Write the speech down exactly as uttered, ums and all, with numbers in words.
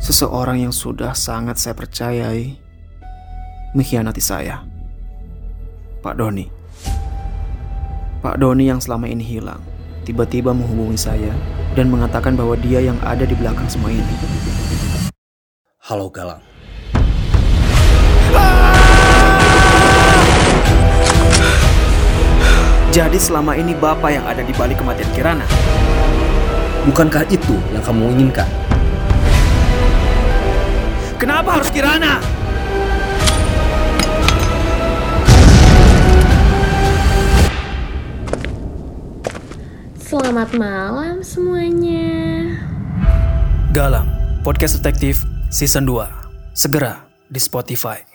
Seseorang yang sudah sangat saya percayai mengkhianati saya. Pak Doni. Pak Doni yang selama ini hilang tiba-tiba menghubungi saya dan mengatakan bahwa dia yang ada di belakang semua ini. Halo Galang. Jadi selama ini Bapak yang ada di balik kematian Kirana? Bukankah itu yang kamu inginkan? Kenapa harus Kirana? Selamat malam semuanya. Galang, Podcast Detektif Season dua. Segera di Spotify.